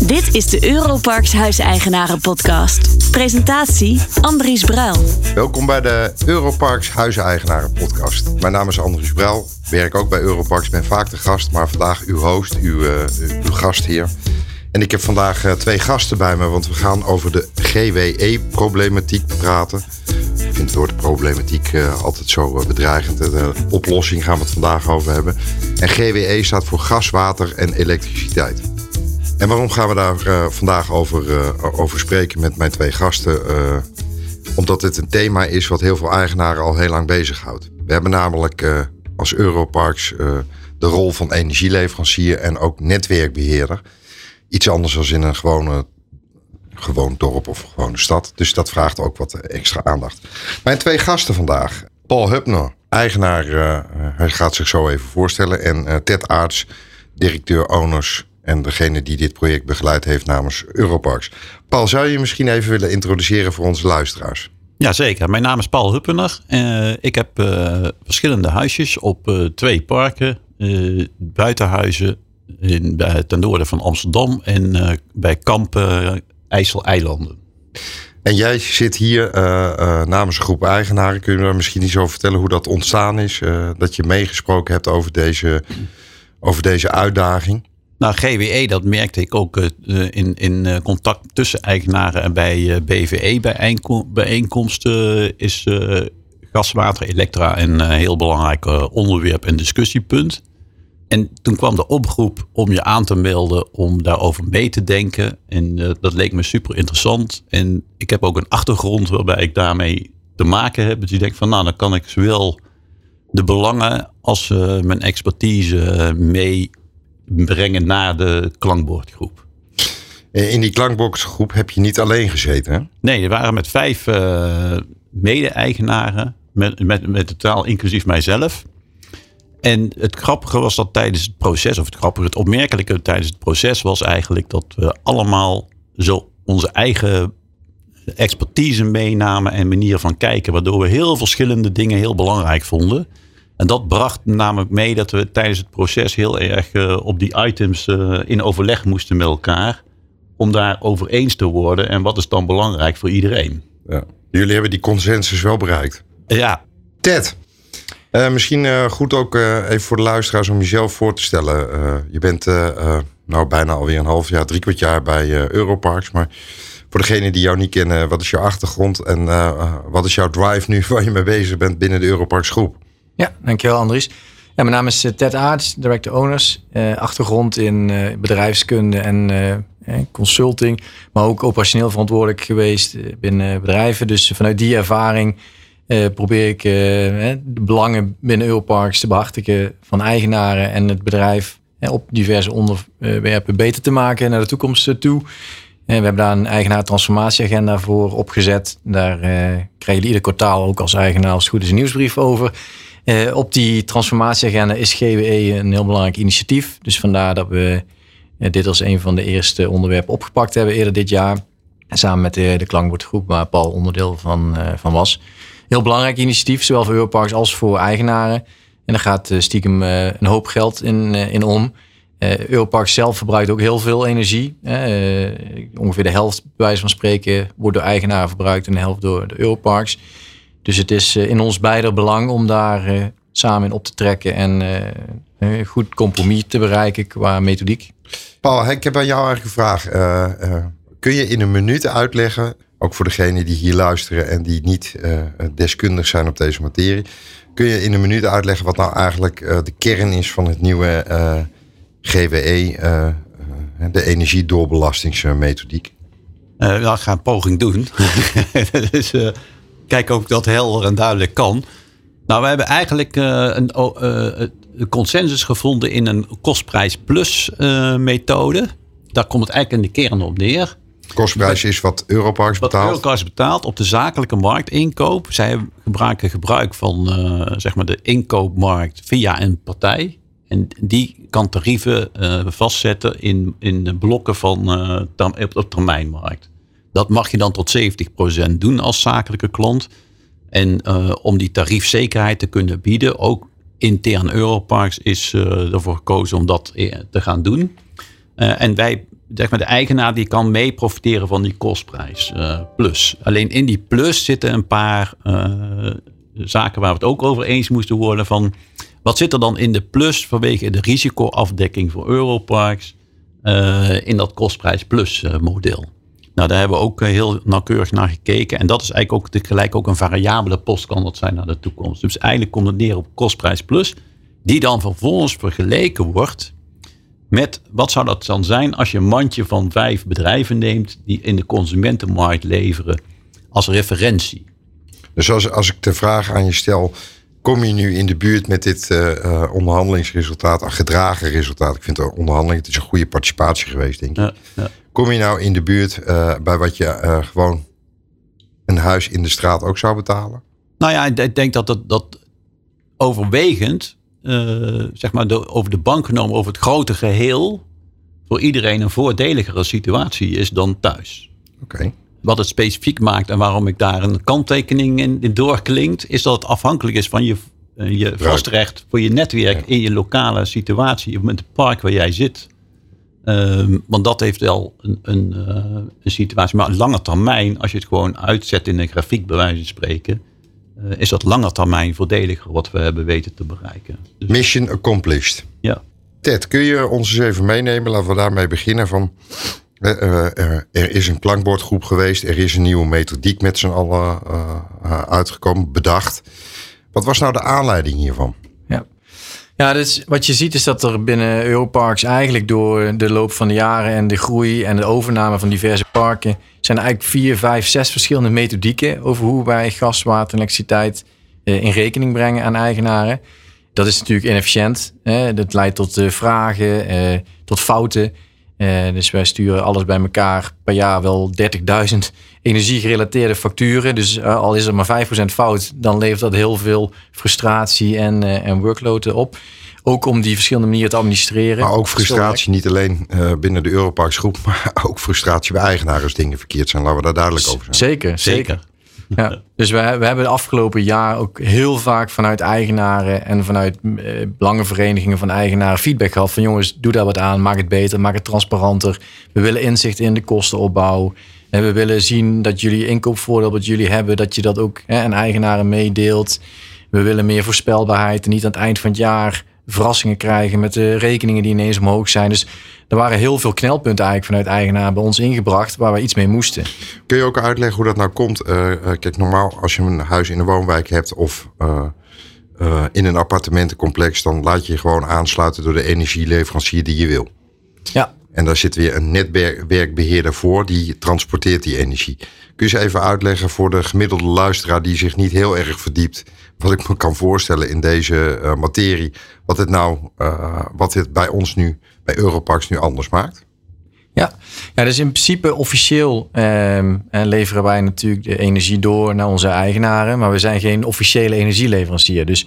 Dit is de Europarks Huiseigenaren podcast. Presentatie Andries Bruil. Welkom bij de Europarks Huiseigenaren podcast. Mijn naam is Andries Bruil. Werk ook bij Europarks. Ben vaak de gast, maar vandaag uw host, uw gastheer. En ik heb vandaag twee gasten bij me, want we gaan over de GWE-problematiek praten. Ik vind het woord problematiek altijd zo bedreigend. De oplossing gaan we het vandaag over hebben. En GWE staat voor gas, water en elektriciteit. En waarom gaan we daar vandaag over spreken met mijn twee gasten? Omdat dit een thema is wat heel veel eigenaren al heel lang bezighoudt. We hebben namelijk als Europarks de rol van energieleverancier en ook netwerkbeheerder. Iets anders dan in een gewoon dorp of gewone stad. Dus dat vraagt ook wat extra aandacht. Mijn twee gasten vandaag. Paul Hübner, eigenaar, hij gaat zich zo even voorstellen. En Ted Aarts, directeur owners en degene die dit project begeleid heeft namens Europarks. Paul, zou je misschien even willen introduceren voor onze luisteraars? Jazeker, mijn naam is Paul Hübner. Ik heb verschillende huisjes op 2 parken, buitenhuizen ten noorden van Amsterdam en bij Kampen, IJsseleilanden. En jij zit hier namens een groep eigenaren. Kun je daar misschien iets over vertellen hoe dat ontstaan is? Dat je meegesproken hebt over deze uitdaging? Nou, GWE, dat merkte ik ook in contact tussen eigenaren en bij BVE-bijeenkomsten is gas, water, elektra een heel belangrijk onderwerp en discussiepunt. En toen kwam de oproep om je aan te melden om daarover mee te denken. En dat leek me super interessant. En ik heb ook een achtergrond waarbij ik daarmee te maken heb. Dus ik denk van nou, dan kan ik zowel de belangen als mijn expertise meebrengen naar de klankbordgroep. In die klankbordgroep heb je niet alleen gezeten, hè? Nee, er waren met 5 mede-eigenaren. Met totaal inclusief mijzelf. En het grappige was dat tijdens het proces, het opmerkelijke tijdens het proces was eigenlijk dat we allemaal zo onze eigen expertise meenamen en manier van kijken, waardoor we heel verschillende dingen heel belangrijk vonden. En dat bracht namelijk mee dat we tijdens het proces heel erg op die items in overleg moesten met elkaar, om daar over eens te worden en wat is dan belangrijk voor iedereen. Ja. Jullie hebben die consensus wel bereikt. Ja. Ted. Misschien goed ook even voor de luisteraars om jezelf voor te stellen. Je bent bijna alweer een half jaar, 3/4 jaar bij Europarks. Maar voor degenen die jou niet kennen, wat is jouw achtergrond en wat is jouw drive nu waar je mee bezig bent binnen de Europarks groep? Ja, dankjewel Andries. Ja, mijn naam is Ted Aarts, director owners. Achtergrond in bedrijfskunde en consulting. Maar ook operationeel verantwoordelijk geweest binnen bedrijven. Dus vanuit die ervaring probeer ik de belangen binnen Europarks te behartigen van eigenaren en het bedrijf op diverse onderwerpen beter te maken naar de toekomst toe. We hebben daar een eigenaar transformatieagenda voor opgezet. Daar krijgen jullie ieder kwartaal ook als eigenaar als het goed is een nieuwsbrief over. Op die transformatieagenda is GWE een heel belangrijk initiatief. Dus vandaar dat we dit als een van de eerste onderwerpen opgepakt hebben eerder dit jaar. Samen met de klankbordgroep waar Paul onderdeel van was. Heel belangrijk initiatief, zowel voor Europarks als voor eigenaren. En daar gaat stiekem een hoop geld in om. Europarks zelf verbruikt ook heel veel energie. Ongeveer de helft, bij wijze van spreken, wordt door eigenaren verbruikt en de helft door de Europarks. Dus het is in ons beider belang om daar samen in op te trekken en een goed compromis te bereiken qua methodiek. Paul, ik heb aan jou eigenlijk een vraag. Kun je in een minuut uitleggen, ook voor degenen die hier luisteren en die niet deskundig zijn op deze materie, kun je in een minuut uitleggen wat nou eigenlijk de kern is van het nieuwe GWE, de energiedoorbelastingsmethodiek? Ik ga een poging doen. Dus kijk ook dat helder en duidelijk kan. Nou, we hebben eigenlijk een consensus gevonden in een kostprijs plus methode. Daar komt het eigenlijk in de kern op neer. Kostprijs is wat Europarks betaalt. Wat Europarks betaalt op de zakelijke marktinkoop. Zij maken gebruik van de inkoopmarkt via een partij. En die kan tarieven vastzetten in blokken op termijnmarkt. Dat mag je dan tot 70% doen als zakelijke klant. En om die tariefzekerheid te kunnen bieden, ook intern Europarks is ervoor gekozen om dat te gaan doen. En wij zeg maar de eigenaar die kan mee profiteren van die kostprijs plus. Alleen in die plus zitten een paar zaken waar we het ook over eens moesten worden. Van wat zit er dan in de plus vanwege de risicoafdekking voor Europarks in dat kostprijs plus model. Nou, daar hebben we ook heel nauwkeurig naar gekeken. En dat is eigenlijk ook tegelijk ook een variabele post kan dat zijn naar de toekomst. Dus eigenlijk komt het neer op kostprijs plus. Die dan vervolgens vergeleken wordt met wat zou dat dan zijn als je een mandje van 5 bedrijven neemt die in de consumentenmarkt leveren als referentie. Dus als ik de vraag aan je stel, kom je nu in de buurt met dit onderhandelingsresultaat, een gedragen resultaat? Ik vind de onderhandeling, het is een goede participatie geweest, denk ik. Ja. Kom je nou in de buurt bij wat je gewoon een huis in de straat ook zou betalen? Nou ja, ik denk dat overwegend, zeg maar over de bank genomen, over het grote geheel, voor iedereen een voordeligere situatie is dan thuis. Oké. Wat het specifiek maakt en waarom ik daar een kanttekening in doorklinkt, is dat het afhankelijk is van je vastrecht voor je netwerk in je lokale situatie, op het park waar jij zit. Want dat heeft wel een situatie. Maar lange termijn, als je het gewoon uitzet in een grafiek bij wijze van spreken, is dat lange termijn voordeliger wat we hebben weten te bereiken. Dus, mission accomplished. Ja. Ted, kun je ons eens even meenemen? Laten we daarmee beginnen. Er is een klankbordgroep geweest. Er is een nieuwe methodiek met z'n allen uitgekomen, bedacht. Wat was nou de aanleiding hiervan? Ja, dus wat je ziet is dat er binnen Europarks eigenlijk door de loop van de jaren en de groei en de overname van diverse parken zijn er eigenlijk 4, 5, 6 verschillende methodieken over hoe wij gas, water en elektriciteit in rekening brengen aan eigenaren. Dat is natuurlijk inefficiënt. Dat leidt tot vragen, tot fouten. Dus wij sturen alles bij elkaar per jaar wel 30.000 energiegerelateerde facturen. Dus al is er maar 5% fout, dan levert dat heel veel frustratie en workload op. Ook om die verschillende manieren te administreren. Maar ook frustratie niet alleen binnen de Europarks groep, maar ook frustratie bij eigenaren als dingen verkeerd zijn. Laten we daar duidelijk over zijn. Zeker. Ja, dus we hebben de afgelopen jaar ook heel vaak vanuit eigenaren en vanuit belangenverenigingen van eigenaren feedback gehad van jongens, doe daar wat aan, maak het beter, maak het transparanter. We willen inzicht in de kostenopbouw. En we willen zien dat jullie inkoopvoordeel wat jullie hebben, dat je dat ook aan eigenaren meedeelt. We willen meer voorspelbaarheid en niet aan het eind van het jaar verrassingen krijgen met de rekeningen die ineens omhoog zijn. Dus er waren heel veel knelpunten eigenlijk vanuit eigenaar bij ons ingebracht waar we iets mee moesten. Kun je ook uitleggen hoe dat nou komt? Kijk, normaal als je een huis in een woonwijk hebt of in een appartementencomplex, dan laat je je gewoon aansluiten door de energieleverancier die je wil. Ja. En daar zit weer een netwerkbeheerder voor, die transporteert die energie. Kun je eens even uitleggen voor de gemiddelde luisteraar die zich niet heel erg verdiept, wat ik me kan voorstellen in deze materie, wat het bij ons nu, bij Europarks nu anders maakt? Ja, dus in principe officieel leveren wij natuurlijk de energie door naar onze eigenaren, maar we zijn geen officiële energieleverancier. Dus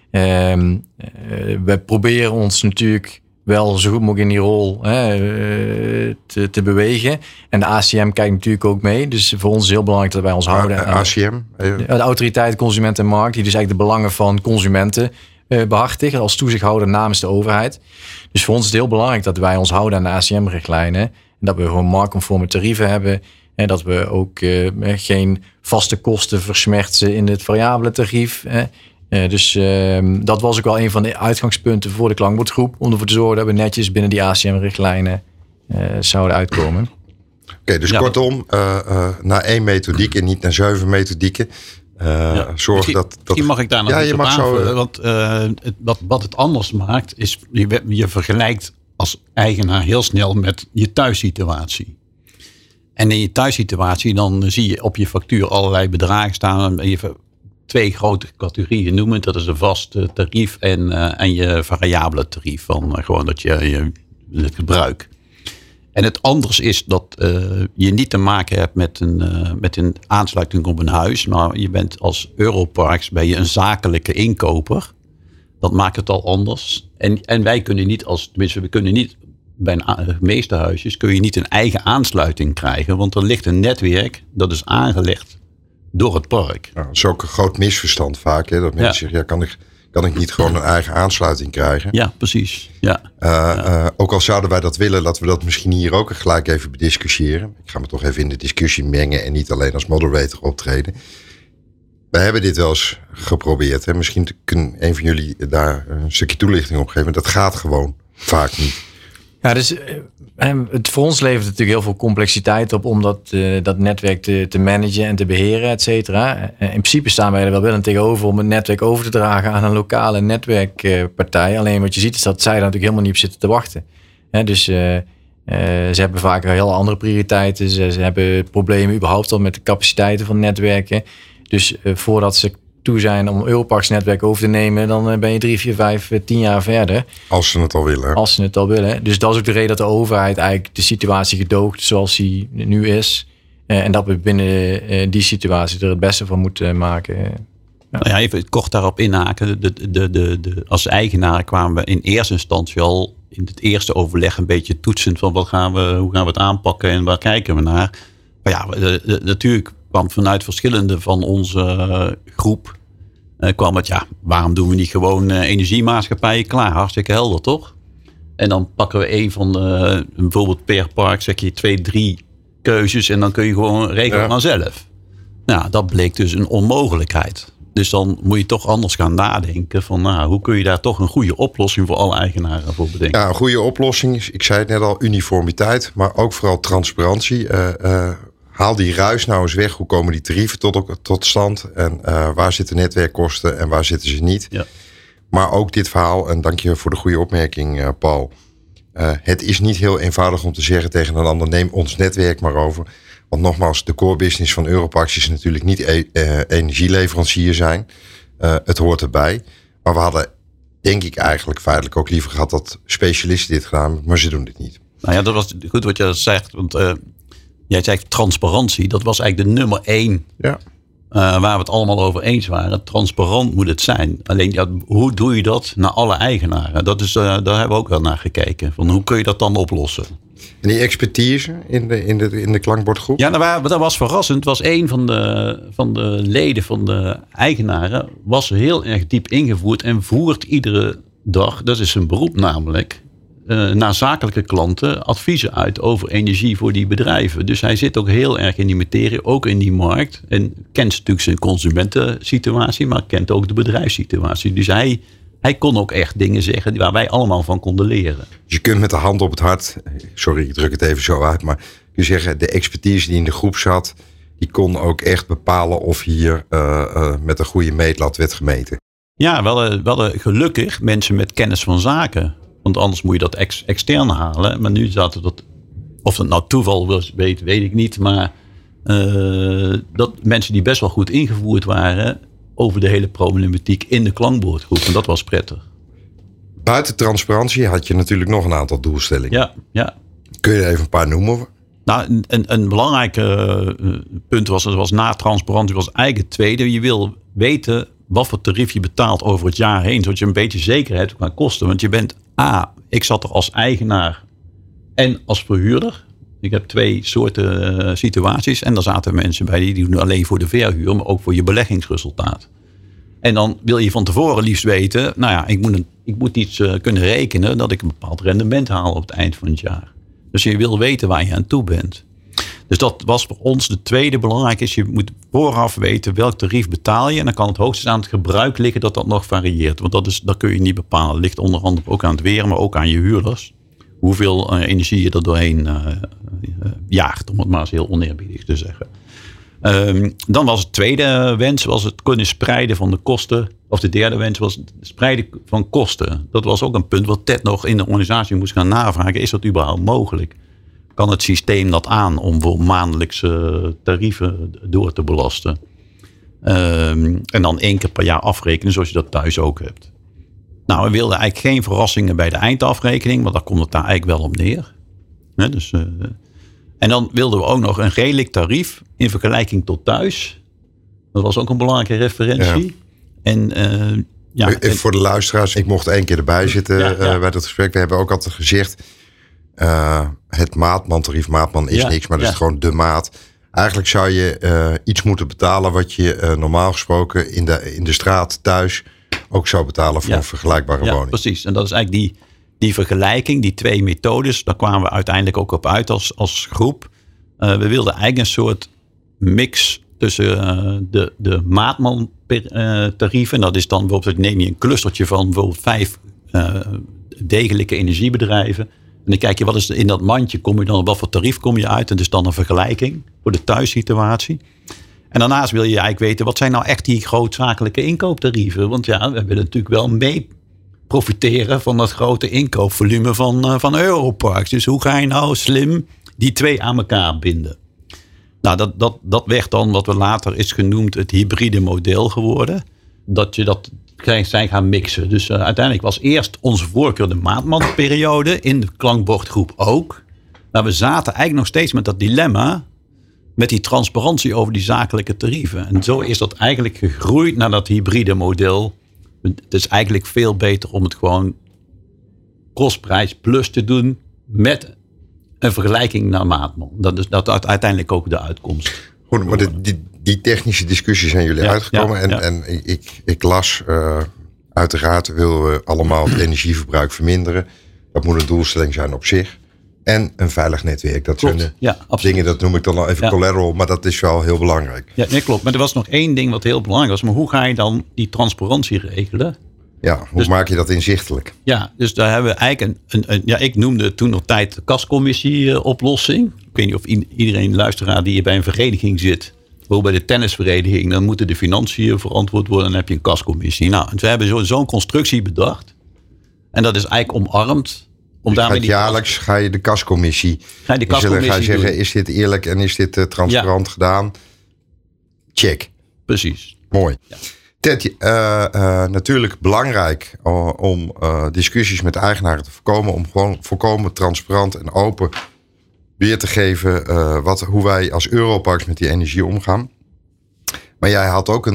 we proberen ons natuurlijk wel zo goed mogelijk in die rol te bewegen. En de ACM kijkt natuurlijk ook mee. Dus voor ons is heel belangrijk dat wij ons houden aan ACM? De Autoriteit Consument en Markt, die dus eigenlijk de belangen van consumenten behartigt als toezichthouder namens de overheid. Dus voor ons is het heel belangrijk dat wij ons houden aan de ACM-richtlijnen. En dat we gewoon marktconforme tarieven hebben. En dat we ook geen vaste kosten versmerten in het variabele tarief. Dus dat was ook wel een van de uitgangspunten voor de klankbordgroep. Om ervoor te zorgen dat we netjes binnen die ACM-richtlijnen zouden uitkomen. Oké, dus kortom, naar 1 methodiek en niet naar 7 methodieken. Zorg dat... Misschien mag ik daar nog iets op aanvullen. Want wat het anders maakt, is je vergelijkt als eigenaar heel snel met je thuissituatie. En in je thuissituatie, dan zie je op je factuur allerlei bedragen staan. En je 2 grote categorieën noemen. Dat is een vast tarief en je variabele tarief. Van gewoon dat je het gebruik. En het anders is dat je niet te maken hebt met een aansluiting op een huis. Maar je bent als Europarks ben je een zakelijke inkoper. Dat maakt het al anders. En wij kunnen niet we kunnen niet bij de meeste huisjes kun je niet een eigen aansluiting krijgen. Want er ligt een netwerk dat is aangelegd door het park. Nou, dat is ook een groot misverstand vaak. Hè, dat mensen zeggen, kan ik niet gewoon een eigen aansluiting krijgen? Ja, precies. Ja. Ook al zouden wij dat willen, laten we dat misschien hier ook gelijk even bediscussiëren. Ik ga me toch even in de discussie mengen en niet alleen als moderator optreden. Wij hebben dit wel eens geprobeerd. Hè? Misschien kunnen een van jullie daar een stukje toelichting op geven. Dat gaat gewoon vaak niet. Ja, dus het voor ons levert natuurlijk heel veel complexiteit op om dat netwerk te managen en te beheren, et cetera. In principe staan wij er wel willend tegenover om het netwerk over te dragen aan een lokale netwerkpartij. Alleen wat je ziet is dat zij daar natuurlijk helemaal niet op zitten te wachten. Dus ze hebben vaak heel andere prioriteiten. Ze hebben problemen überhaupt al met de capaciteiten van netwerken. Dus voordat ze toe zijn om Europarks netwerk over te nemen, dan ben je 3, 4, 5, 10 jaar verder. Als ze het al willen. Als ze het al willen. Dus dat is ook de reden dat de overheid eigenlijk de situatie gedoogt zoals die nu is. En dat we binnen die situatie er het beste van moeten maken. Ja. Nou ja, even kort daarop inhaken. Als eigenaar kwamen we in eerste instantie al in het eerste overleg een beetje toetsend van hoe gaan we het aanpakken en waar kijken we naar. Maar ja, natuurlijk kwam vanuit verschillende van onze groep kwam het, waarom doen we niet gewoon energiemaatschappijen klaar? Hartstikke helder, toch? En dan pakken we een van bijvoorbeeld per park, zeg je 2, 3 keuzes en dan kun je gewoon regelen vanzelf. Nou, dat bleek dus een onmogelijkheid. Dus dan moet je toch anders gaan nadenken van hoe kun je daar toch een goede oplossing voor alle eigenaren voor bedenken? Ja, een goede oplossing is, ik zei het net al, uniformiteit, maar ook vooral transparantie. Haal die ruis nou eens weg. Hoe komen die tarieven tot stand? En waar zitten netwerkkosten en waar zitten ze niet? Ja. Maar ook dit verhaal, en dank je voor de goede opmerking, Paul. Het is niet heel eenvoudig om te zeggen tegen een ander, neem ons netwerk maar over. Want nogmaals, de core business van Europarks is natuurlijk niet energieleverancier zijn. Het hoort erbij. Maar we hadden, denk ik eigenlijk feitelijk ook liever gehad dat specialisten dit gedaan, maar ze doen dit niet. Nou ja, dat was goed wat je zegt, want jij zegt transparantie, dat was eigenlijk de nummer 1 waar we het allemaal over eens waren. Transparant moet het zijn. Alleen, hoe doe je dat naar alle eigenaren? Dat is, daar hebben we ook wel naar gekeken. Van hoe kun je dat dan oplossen? En die expertise in de klankbordgroep? Ja, dat was verrassend. Was een van de leden van de eigenaren was heel erg diep ingevoerd en voert iedere dag, dat is zijn beroep namelijk, naar zakelijke klanten adviezen uit over energie voor die bedrijven. Dus hij zit ook heel erg in die materie, ook in die markt. En kent natuurlijk zijn consumentensituatie, maar kent ook de bedrijfssituatie. Dus hij kon ook echt dingen zeggen waar wij allemaal van konden leren. Je kunt met de hand op het hart, sorry, ik druk het even zo uit, maar je zeggen, de expertise die in de groep zat, die kon ook echt bepalen of hier met een goede meetlat werd gemeten. Ja, wel gelukkig mensen met kennis van zaken. Want anders moet je dat extern halen. Maar nu zaten dat, of dat nou toeval was, weet ik niet. Maar dat mensen die best wel goed ingevoerd waren over de hele problematiek in de klankbordgroep. En dat was prettig. Buiten transparantie had je natuurlijk nog een aantal doelstellingen. Ja. Kun je er even een paar noemen? Nou, een belangrijk punt was na transparantie was eigenlijk het tweede. Je wil weten wat voor tarief je betaalt over het jaar heen. Zodat je een beetje zekerheid hebt qua kosten. Want je bent ik zat er als eigenaar en als verhuurder. Ik heb 2 soorten situaties. En daar zaten mensen bij die doen alleen voor de verhuur, maar ook voor je beleggingsresultaat. En dan wil je van tevoren liefst weten, ik moet iets kunnen rekenen dat ik een bepaald rendement haal op het eind van het jaar. Dus je wil weten waar je aan toe bent. Dus dat was voor ons de tweede belangrijk is. Je moet vooraf weten welk tarief betaal je. En dan kan het hoogstens aan het gebruik liggen dat nog varieert. Want dat kun je niet bepalen. Het ligt onder andere ook aan het weer, maar ook aan je huurders. Hoeveel energie je er doorheen jaagt. Om het maar eens heel oneerbiedig te zeggen. Dan was het tweede wens was het kunnen spreiden van de kosten. Of de derde wens was het spreiden van kosten. Dat was ook een punt wat Ted nog in de organisatie moest gaan navragen. Is dat überhaupt mogelijk? Kan het systeem dat aan om voor maandelijkse tarieven door te belasten? En dan 1 keer per jaar afrekenen zoals je dat thuis ook hebt. Nou, we wilden eigenlijk geen verrassingen bij de eindafrekening. Want daar komt het daar eigenlijk wel op neer. En dan wilden we ook nog een redelijk tarief in vergelijking tot thuis. Dat was ook een belangrijke referentie. Ja. En, voor de luisteraars, ik mocht 1 keer erbij zitten bij dat gesprek. We hebben ook altijd gezegd, het maatmantarief, maatman is niks, maar dat is gewoon de maat. Eigenlijk zou je iets moeten betalen wat je normaal gesproken in de straat thuis ook zou betalen voor een vergelijkbare woning. Precies. En dat is eigenlijk die vergelijking, die twee methodes. Daar kwamen we uiteindelijk ook op uit als groep. We wilden eigenlijk een soort mix tussen de maatmantarieven. En dat is dan bijvoorbeeld, neem je een clustertje van bijvoorbeeld 5 degelijke energiebedrijven. En dan kijk je, wat is in dat mandje, kom je dan op wat voor tarief kom je uit? En dus dan een vergelijking voor de thuissituatie. En daarnaast wil je eigenlijk weten, wat zijn nou echt die grootzakelijke inkooptarieven? Want we willen natuurlijk wel mee profiteren van dat grote inkoopvolume van Europarks. Dus hoe ga je nou slim die twee aan elkaar binden? Nou, dat werd dan wat we later is genoemd het hybride model geworden. Dat je dat zijn gaan mixen. Dus uiteindelijk was eerst onze voorkeur de maatmanperiode in de klankbordgroep ook. Maar we zaten eigenlijk nog steeds met dat dilemma met die transparantie over die zakelijke tarieven. En zo is dat eigenlijk gegroeid naar dat hybride model. Het is eigenlijk veel beter om het gewoon kostprijs plus te doen met een vergelijking naar maatman. Dat is uiteindelijk ook de uitkomst. Goed, maar die technische discussies zijn jullie uitgekomen. En ik las, uiteraard willen we allemaal het energieverbruik verminderen. Dat moet een doelstelling zijn op zich. En een veilig netwerk. Dat klopt. Zijn dingen, dat noem ik dan al even collateral. Maar dat is wel heel belangrijk. Ja, nee, klopt. Maar er was nog één ding wat heel belangrijk was. Maar hoe ga je dan die transparantie regelen? Ja, hoe maak je dat inzichtelijk? Ja, dus daar hebben we eigenlijk ik noemde toen nog tijd de kascommissie oplossing. Ik weet niet of iedereen luisteraar die bij een vereniging zit, bijvoorbeeld bij de tennisvereniging, dan moeten de financiën verantwoord worden en dan heb je een kascommissie. Nou, we hebben zo'n constructie bedacht. En dat is eigenlijk omarmd. Jaarlijks ga je de kascommissie. Ga je zeggen, doen. Is dit eerlijk en is dit transparant gedaan? Check. Precies. Mooi. Ja. Ted, natuurlijk belangrijk om discussies met eigenaren te voorkomen. Om gewoon volkomen transparant en open weer te geven hoe wij als Europarks met die energie omgaan. Maar jij had ook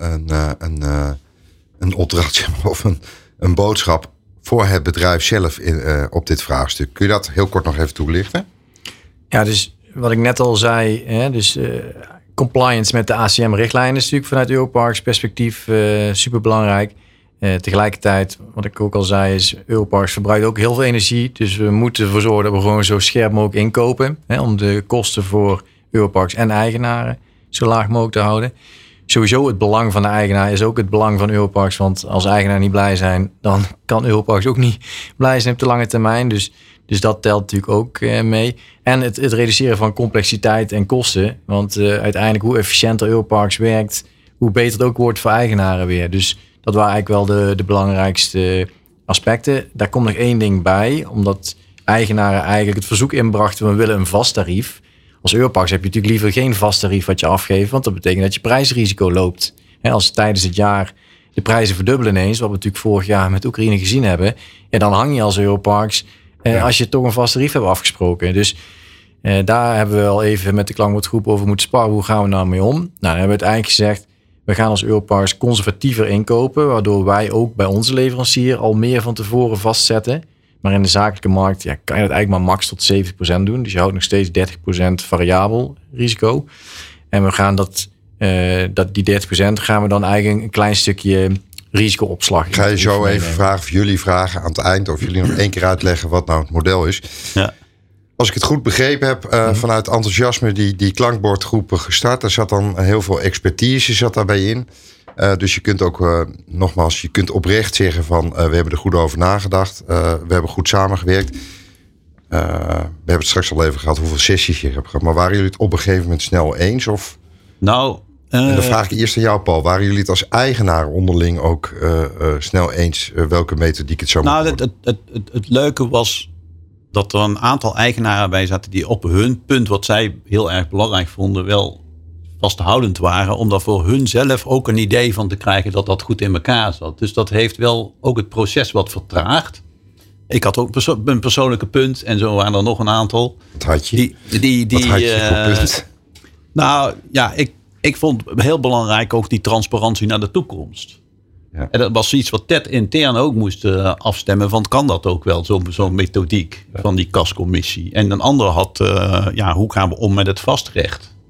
een opdracht of een boodschap voor het bedrijf zelf op dit vraagstuk. Kun je dat heel kort nog even toelichten? Ja, dus wat ik net al zei, compliance met de ACM-richtlijnen is natuurlijk vanuit Europarks perspectief superbelangrijk. Tegelijkertijd, wat ik ook al zei, is Europarks verbruikt ook heel veel energie. Dus we moeten ervoor zorgen dat we gewoon zo scherp mogelijk inkopen. Om de kosten voor Europarks en eigenaren zo laag mogelijk te houden. Sowieso het belang van de eigenaar is ook het belang van Europarks. Want als eigenaar niet blij zijn, dan kan Europarks ook niet blij zijn op de lange termijn. Dus dat telt natuurlijk ook mee. En het reduceren van complexiteit en kosten. Want uiteindelijk hoe efficiënter Europarks werkt, hoe beter het ook wordt voor eigenaren weer. Dus dat waren eigenlijk wel de belangrijkste aspecten. Daar komt nog één ding bij. Omdat eigenaren eigenlijk het verzoek inbrachten, we willen een vast tarief. Als Europarks heb je natuurlijk liever geen vast tarief wat je afgeeft. Want dat betekent dat je prijsrisico loopt. Als tijdens het jaar de prijzen verdubbelen ineens, wat we natuurlijk vorig jaar met Oekraïne gezien hebben, dan hang je als Europarks als je toch een vast tarief hebt afgesproken. Dus daar hebben we wel even met de klankbordgroep over moeten sparren. Hoe gaan we nou mee om? Nou, dan hebben we uiteindelijk gezegd, we gaan als Europarks conservatiever inkopen, waardoor wij ook bij onze leverancier al meer van tevoren vastzetten. Maar in de zakelijke markt kan je dat eigenlijk maar max tot 70% doen. Dus je houdt nog steeds 30% variabel risico. En we gaan die 30% gaan we dan eigenlijk een klein stukje risicoopslag. Ga je zo even vragen of jullie vragen aan het eind, of jullie nog één keer uitleggen wat nou het model is. Ja. Als ik het goed begrepen heb, vanuit enthousiasme die klankbordgroepen gestart. Daar zat dan heel veel expertise daarbij in. Dus je kunt ook nogmaals, je kunt oprecht zeggen van we hebben er goed over nagedacht. We hebben goed samengewerkt. We hebben het straks al even gehad hoeveel sessies je hebt gehad. Maar waren jullie het op een gegeven moment snel eens? Of? Nou, en dan vraag ik eerst aan jou, Paul. Waren jullie het als eigenaar onderling ook snel eens welke methodiek het zou moeten worden? Het leuke was dat er een aantal eigenaren bij zaten die op hun punt, wat zij heel erg belangrijk vonden, wel vasthoudend waren, om daar voor hun zelf ook een idee van te krijgen dat goed in elkaar zat. Dus dat heeft wel ook het proces wat vertraagd. Ik had ook een persoonlijke punt en zo waren er nog een aantal. Wat had je? Wat had je voor punt? Nou ja, ik vond heel belangrijk ook die transparantie naar de toekomst. Ja. En dat was iets wat Ted intern ook moest afstemmen. Want kan dat ook wel, zo'n methodiek van die kascommissie? En een ander had, hoe gaan we om met het vastrecht?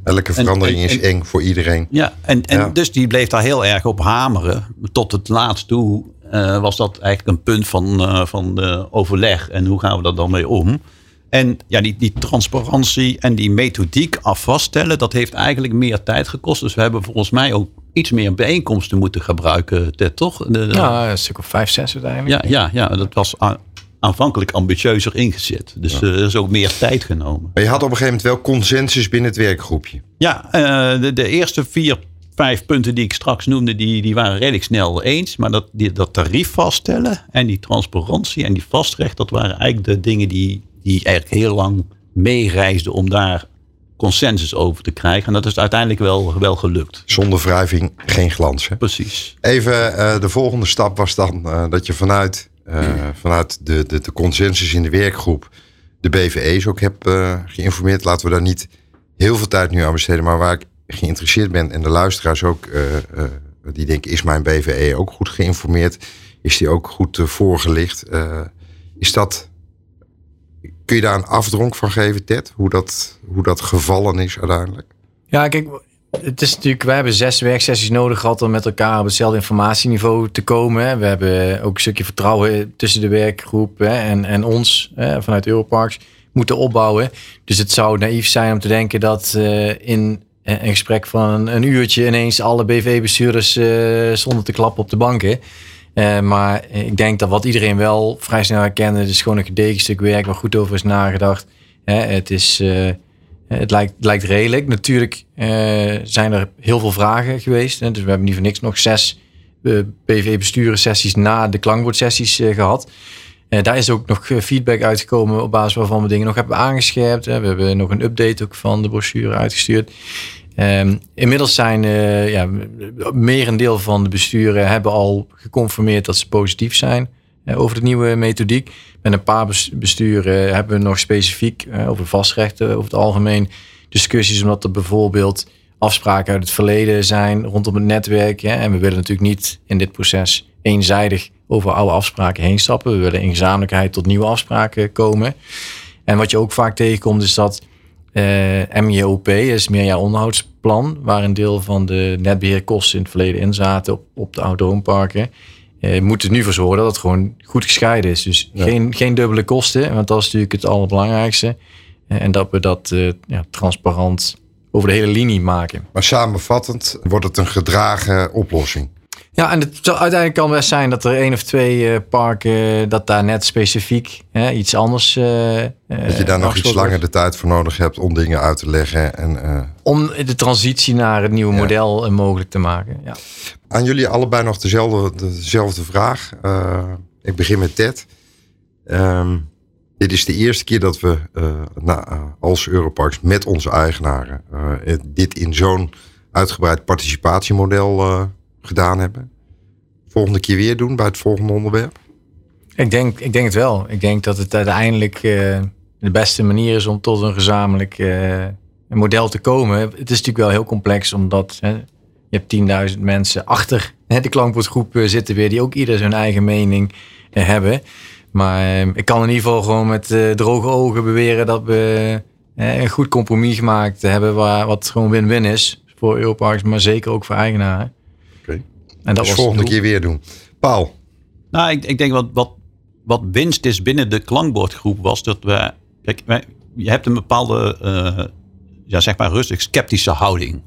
Elke verandering is eng voor iedereen. Ja, en dus die bleef daar heel erg op hameren. Tot het laatst toe was dat eigenlijk een punt van overleg. En hoe gaan we daar dan mee om? En ja, die transparantie en die methodiek vaststellen, dat heeft eigenlijk meer tijd gekost. Dus we hebben volgens mij ook iets meer bijeenkomsten moeten gebruiken, Ted, toch? Een stuk of 5, 6 uiteindelijk. Ja, dat was aanvankelijk ambitieuzer ingezet. Dus er is ook meer tijd genomen. Maar je had op een gegeven moment wel consensus binnen het werkgroepje. Ja, de eerste 4, 5 punten die ik straks noemde, die waren redelijk snel eens. Maar dat tarief vaststellen en die transparantie en die vastrecht, dat waren eigenlijk de dingen die eigenlijk heel lang meereisden om daar consensus over te krijgen. En dat is uiteindelijk wel gelukt. Zonder wrijving geen glans. Hè? Precies. Even de volgende stap was dan dat je vanuit de consensus in de werkgroep de BVE's ook heb geïnformeerd. Laten we daar niet heel veel tijd nu aan besteden. Maar waar ik geïnteresseerd ben en de luisteraars ook die denken, is mijn BVE ook goed geïnformeerd? Is die ook goed voorgelicht? Kun je daar een afdronk van geven, Ted? Hoe dat gevallen is uiteindelijk? Ja, kijk, het is natuurlijk, wij hebben 6 werksessies nodig gehad om met elkaar op hetzelfde informatieniveau te komen. We hebben ook een stukje vertrouwen tussen de werkgroep en ons vanuit Europarks moeten opbouwen. Dus het zou naïef zijn om te denken dat in een gesprek van een uurtje ineens alle BV-bestuurders stonden te klappen op de banken. Maar ik denk dat wat iedereen wel vrij snel herkende, het is gewoon een gedegen stuk werk waar goed over is nagedacht. Het lijkt redelijk. Natuurlijk zijn er heel veel vragen geweest. Dus we hebben niet voor niks nog 6 BV-bestuurssessies na de klankbordsessies gehad. Daar is ook nog feedback uitgekomen op basis waarvan we dingen nog hebben aangescherpt. We hebben nog een update ook van de brochure uitgestuurd. Inmiddels zijn merendeel van de besturen hebben al geconfirmeerd dat ze positief zijn over de nieuwe methodiek. Met een paar besturen hebben we nog specifiek over vastrechten over het algemeen discussies, omdat er bijvoorbeeld afspraken uit het verleden zijn rondom het netwerk. En we willen natuurlijk niet in dit proces eenzijdig over oude afspraken heen stappen. We willen in gezamenlijkheid tot nieuwe afspraken komen. En wat je ook vaak tegenkomt is dat MJOP is meerjaar onderhoudsplan, waar een deel van de netbeheerkosten in het verleden in zaten op de oude woonparken. Moet er nu voor zorgen dat het gewoon goed gescheiden is. Dus geen dubbele kosten, want dat is natuurlijk het allerbelangrijkste. En dat we dat transparant over de hele linie maken. Maar samenvattend wordt het een gedragen oplossing. Ja, en het uiteindelijk kan best zijn dat er 1 of 2 parken, dat daar net specifiek iets anders... dat je daar nog iets langer de tijd voor nodig hebt om dingen uit te leggen. Om de transitie naar het nieuwe model mogelijk te maken. Ja. Aan jullie allebei nog dezelfde vraag. Ik begin met Ted. Dit is de eerste keer dat we als Europarks met onze eigenaren dit in zo'n uitgebreid participatiemodel gedaan hebben. Volgende keer weer doen bij het volgende onderwerp? Ik denk het wel. Ik denk dat het uiteindelijk de beste manier is om tot een gezamenlijk model te komen. Het is natuurlijk wel heel complex, omdat je hebt 10.000 mensen achter de klankbordgroep zitten weer, die ook ieder zijn eigen mening hebben. Maar ik kan in ieder geval gewoon met droge ogen beweren dat we een goed compromis gemaakt hebben, wat gewoon win-win is voor Europarks, maar zeker ook voor eigenaren. Okay. En dat dus volgende keer weer doen. Paul? Nou, ik denk wat winst is binnen de klankbordgroep was dat we... Kijk, je hebt een bepaalde, rustig sceptische houding.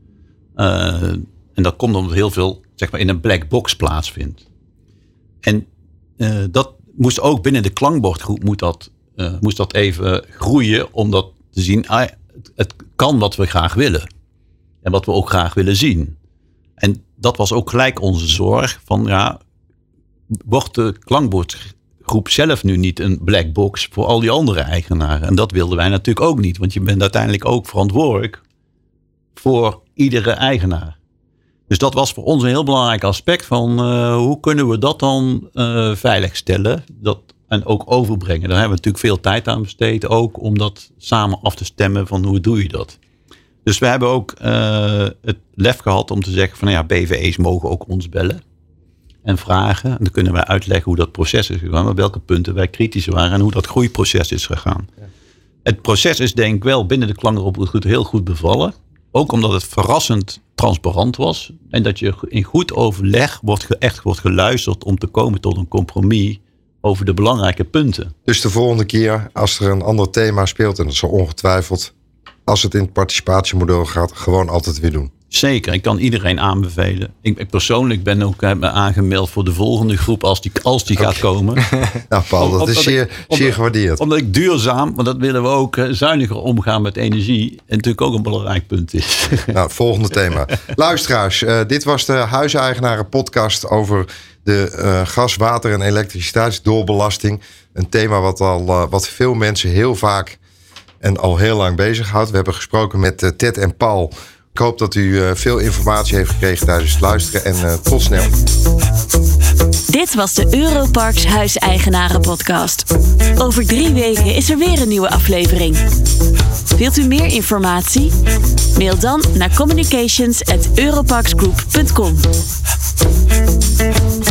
En dat komt omdat heel veel in een black box plaatsvindt. En dat moest ook binnen de klankbordgroep moest dat even groeien om dat te zien. Het kan wat we graag willen. En wat we ook graag willen zien. En dat was ook gelijk onze zorg van wordt de klankbordgroep zelf nu niet een black box voor al die andere eigenaren? En dat wilden wij natuurlijk ook niet. Want je bent uiteindelijk ook verantwoordelijk voor iedere eigenaar. Dus dat was voor ons een heel belangrijk aspect van hoe kunnen we dat dan veiligstellen en ook overbrengen. Daar hebben we natuurlijk veel tijd aan besteed, ook om dat samen af te stemmen van hoe doe je dat. Dus we hebben ook het lef gehad om te zeggen van BVE's mogen ook ons bellen en vragen. En dan kunnen wij uitleggen hoe dat proces is gegaan, op welke punten wij kritisch waren en hoe dat groeiproces is gegaan. Ja. Het proces is denk ik wel binnen de klankbordgroep heel goed bevallen. Ook omdat het verrassend transparant was. En dat je in goed overleg echt wordt geluisterd om te komen tot een compromis over de belangrijke punten. Dus de volgende keer als er een ander thema speelt, en dat zal ongetwijfeld, als het in het participatiemodel gaat, gewoon altijd weer doen. Zeker, ik kan iedereen aanbevelen. Ik persoonlijk ben ook aangemeld voor de volgende groep als die gaat komen. Nou Paul, dat is zeer gewaardeerd. Omdat ik duurzaam, want dat willen we ook, zuiniger omgaan met energie. En natuurlijk ook een belangrijk punt is. Nou, volgende thema. Luisteraars, dit was de Huiseigenaren podcast over de gas, water en elektriciteitsdoorbelasting. Een thema wat veel mensen heel vaak en al heel lang bezighoudt. We hebben gesproken met Ted en Paul. Ik hoop dat u veel informatie heeft gekregen tijdens het luisteren en tot snel. Dit was de Europarks Huiseigenaren podcast. Over 3 weken is er weer een nieuwe aflevering. Wilt u meer informatie? Mail dan naar communications@europarksgroup.com.